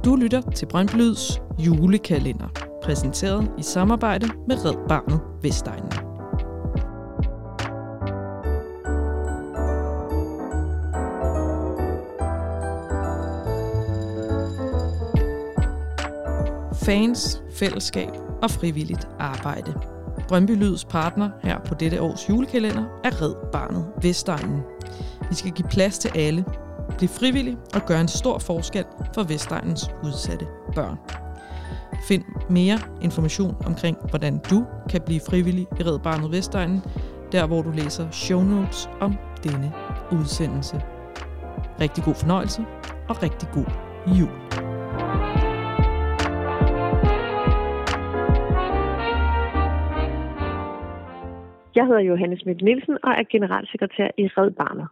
Du lytter til Brøndby Lyds julekalender, præsenteret i samarbejde med Red Barnet Vestegnen. Fans, fællesskab og frivilligt arbejde. Brøndby Lyds partner her på dette års julekalender er Red Barnet Vestegnen. Vi skal give plads til alle, blive frivillig og gøre en stor forskel for Vestegnens udsatte børn. Find mere information omkring, hvordan du kan blive frivillig i Red Barnet Vestegnen, der hvor du læser show notes om denne udsendelse. Rigtig god fornøjelse og rigtig god jul. Jeg hedder Johanne Schmidt Nielsen og er generalsekretær i Red Barnet.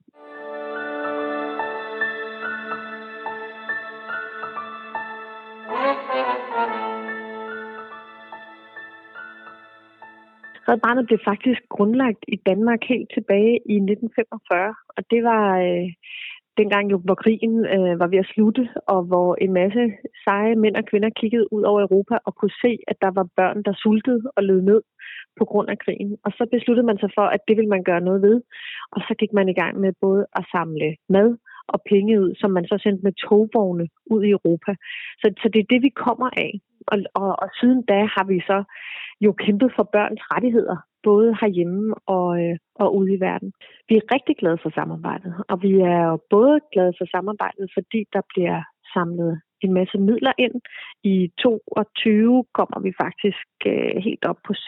Red Barnet blev faktisk grundlagt i Danmark helt tilbage i 1945, og det var dengang jo, hvor krigen var ved at slutte, og hvor en masse seje mænd og kvinder kiggede ud over Europa og kunne se, at der var børn, der sultede og led ned på grund af krigen. Og så besluttede man sig for, at det ville man gøre noget ved, og så gik man i gang med både at samle mad og penge ud, som man så sendte med togvogne ud i Europa. Så det er det, vi kommer af. Og siden da har vi så jo kæmpet for børns rettigheder, både herhjemme og ude i verden. Vi er rigtig glade for samarbejdet, og vi er jo både glade for samarbejdet, fordi der bliver samlet en masse midler ind. I 2022 kommer vi faktisk helt op på 685.000,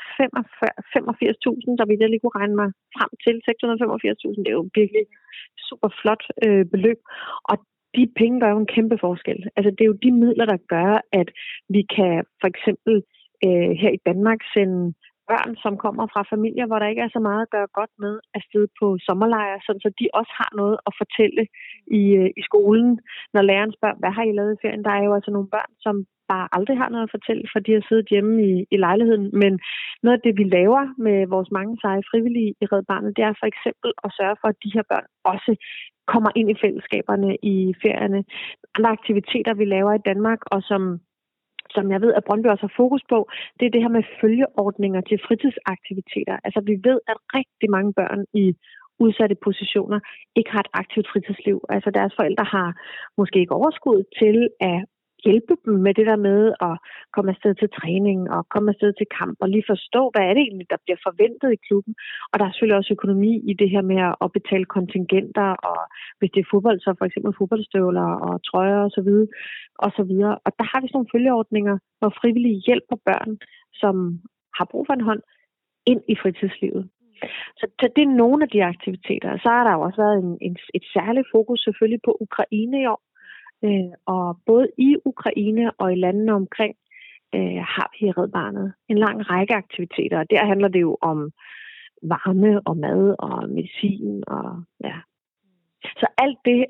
så vi lige kunne regne mig frem til 685.000. Det er jo virkelig super flot beløb, og de penge gør jo en kæmpe forskel. Altså det er jo de midler, der gør, at vi kan for eksempel her i Danmark sende børn, som kommer fra familier, hvor der ikke er så meget at gøre godt med, afsted på sommerlejre, så de også har noget at fortælle i skolen, når læreren spørger, hvad har I lavet i ferien? Der er jo altså nogle børn, som bare aldrig har noget at fortælle, for de har siddet hjemme i lejligheden. Men noget af det, vi laver med vores mange seje frivillige i Red Barnet, det er for eksempel at sørge for, at de her børn også kommer ind i fællesskaberne i ferierne. Andre aktiviteter, vi laver i Danmark, og som jeg ved, at Brøndby også har fokus på, det er det her med følgeordninger til fritidsaktiviteter. Altså vi ved, at rigtig mange børn i udsatte positioner ikke har et aktivt fritidsliv. Altså deres forældre har måske ikke overskud til at hjælpe dem med det der med at komme afsted til træning og komme afsted til kamp og lige forstå, hvad er det egentlig, der bliver forventet i klubben. Og der er selvfølgelig også økonomi i det her med at betale kontingenter, og hvis det er fodbold, så for eksempel fodboldstøvler og trøjer og så videre, og så videre. Og der har vi sådan nogle følgeordninger, hvor frivillige hjælper børn, som har brug for en hånd, ind i fritidslivet. Så det er nogle af de aktiviteter. Så har der jo også været et særligt fokus selvfølgelig på Ukraine i år. Og både i Ukraine og i landene omkring har vi i Red Barnet en lang række aktiviteter. Og der handler det jo om varme og mad og medicin. Og, ja. Så alt det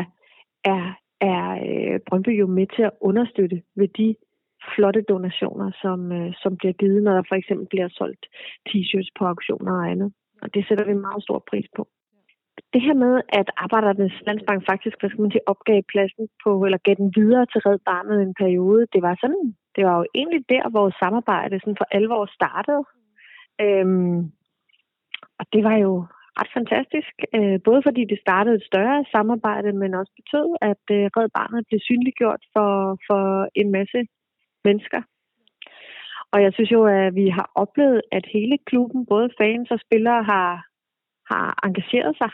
er Brøndby jo med til at understøtte ved de flotte donationer, som bliver givet, når der for eksempel bliver solgt t-shirts på auktioner og andet. Og det sætter vi meget stor pris på. Det her med, at Arbejdernes Landsbank faktisk, opgav pladsen på, eller gav den videre til Red Barnet en periode, det var jo egentlig der, vores samarbejde sådan for alvor startede. Og det var jo ret fantastisk, både fordi det startede et større samarbejde, men også betød, at Red Barnet blev synliggjort for en masse mennesker. Og jeg synes jo, at vi har oplevet, at hele klubben, både fans og spillere, har engageret sig.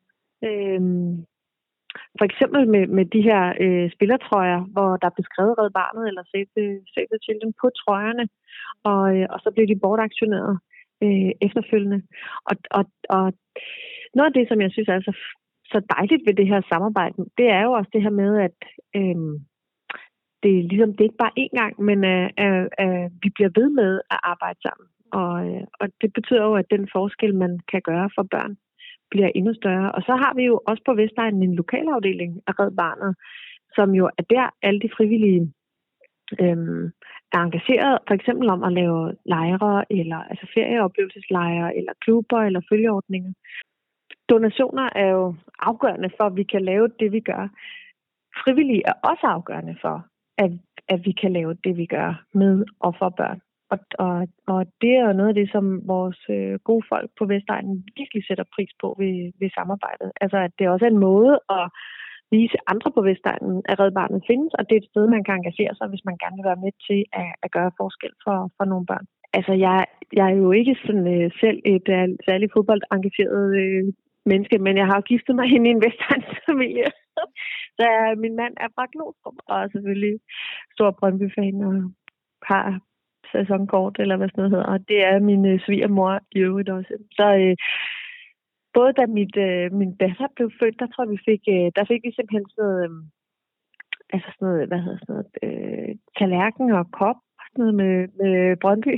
For eksempel med de her spillertrøjer, hvor der er beskrevet Red Barnet eller Save the Children på trøjerne, og så blev de bortaktioneret efterfølgende. Og noget af det, som jeg synes er så dejligt ved det her samarbejde, det er jo også det her med, at det er ikke bare én gang, men vi bliver ved med at arbejde sammen. Og det betyder jo, at den forskel, man kan gøre for børn, bliver endnu større. Og så har vi jo også på Vestegnen en lokalafdeling af Red Barnet, som jo er der alle de frivillige er engageret, for eksempel om at lave lejre, eller altså ferieoplevelseslejre, eller klubber, eller følgeordninger. Donationer er jo afgørende for, at vi kan lave det, vi gør. frivillige er også afgørende for, at vi kan lave det, vi gør med og for børn. Og det er jo noget af det, som vores gode folk på Vestegnen virkelig sætter pris på ved samarbejdet. Altså, at det også er en måde at vise andre på Vestegnen, at Red Barnet findes, og det er et sted, man kan engagere sig, hvis man gerne vil være med til at gøre forskel for nogle børn. Altså, jeg er jo ikke sådan selv et særligt fodboldengageret menneske, men jeg har jo giftet mig ind i en Vestegnsfamilie. Så min mand er fra Glostrup, og er selvfølgelig stor Brøndby-fan og har sæsonkort, eller hvad sådan noget hedder. Og det er min svigermor i øvrigt også. Så både da min datter blev født, der tror jeg, der fik vi simpelthen sådan noget, tallerken og kop, sådan noget med Brøndby.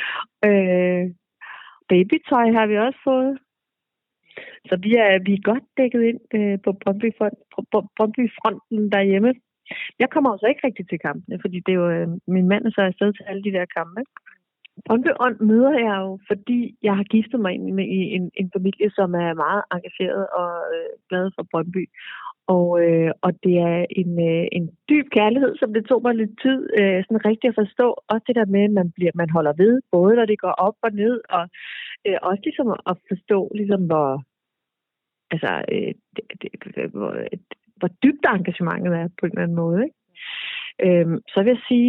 Babytøj har vi også fået. Så vi er godt dækket ind på Brøndby-fronten derhjemme. Jeg kommer også ikke rigtig til kampene, fordi det er jo min mand er så afsted til alle de der kampe. Brøndby-ånd møder jeg jo, fordi jeg har giftet mig ind i en familie, som er meget engageret og glad for Brøndby. Og det er en dyb kærlighed, som det tog mig lidt tid sådan rigtigt at forstå. Også det der med, at man holder ved, både når det går op og ned, og også ligesom at forstå, ligesom hvor dybt engagementet er på en eller anden måde. Ikke? Så vil jeg sige,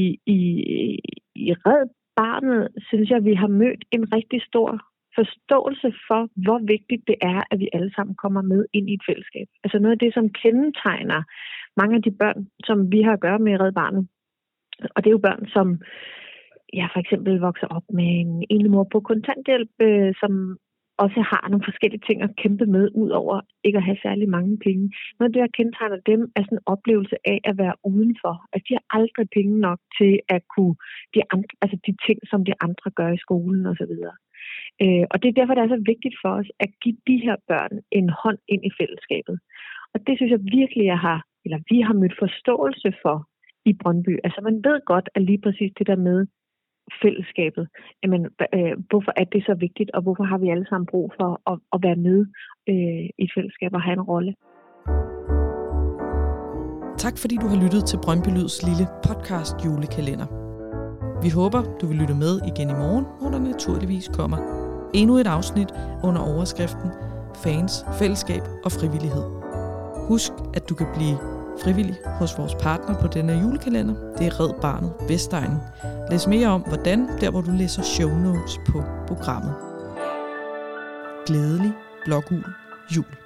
i Red Barnet, synes jeg, at vi har mødt en rigtig stor forståelse for, hvor vigtigt det er, at vi alle sammen kommer med ind i et fællesskab. Altså noget af det, som kendetegner mange af de børn, som vi har at gøre med i Red Barnet. Og det er jo børn, som for eksempel vokser op med en enlig mor på kontanthjælp, som også har nogle forskellige ting at kæmpe med, ud over ikke at have særlig mange penge. Noget af det, der kendetegner dem, er sådan en oplevelse af at være udenfor. At de har aldrig penge nok til at kunne de ting, som de andre gør i skolen osv. Og det er derfor, det er så vigtigt for os at give de her børn en hånd ind i fællesskabet. Og det synes jeg virkelig, vi har mødt forståelse for i Brøndby. Altså man ved godt, at lige præcis det der med fællesskabet, hvorfor er det så vigtigt, og hvorfor har vi alle sammen brug for at være med i et fællesskab og have en rolle. Tak fordi du har lyttet til Brøndby Lyds lille podcast julekalender. Vi håber, du vil lytte med igen i morgen, hvor der naturligvis kommer endnu et afsnit under overskriften Fans, Fællesskab og Frivillighed. Husk, at du kan blive frivillig hos vores partner på denne julekalender. Det er Red Barnet Vestegnen. Læs mere om, hvordan, der hvor du læser show notes på programmet. Glædelig blågul jul.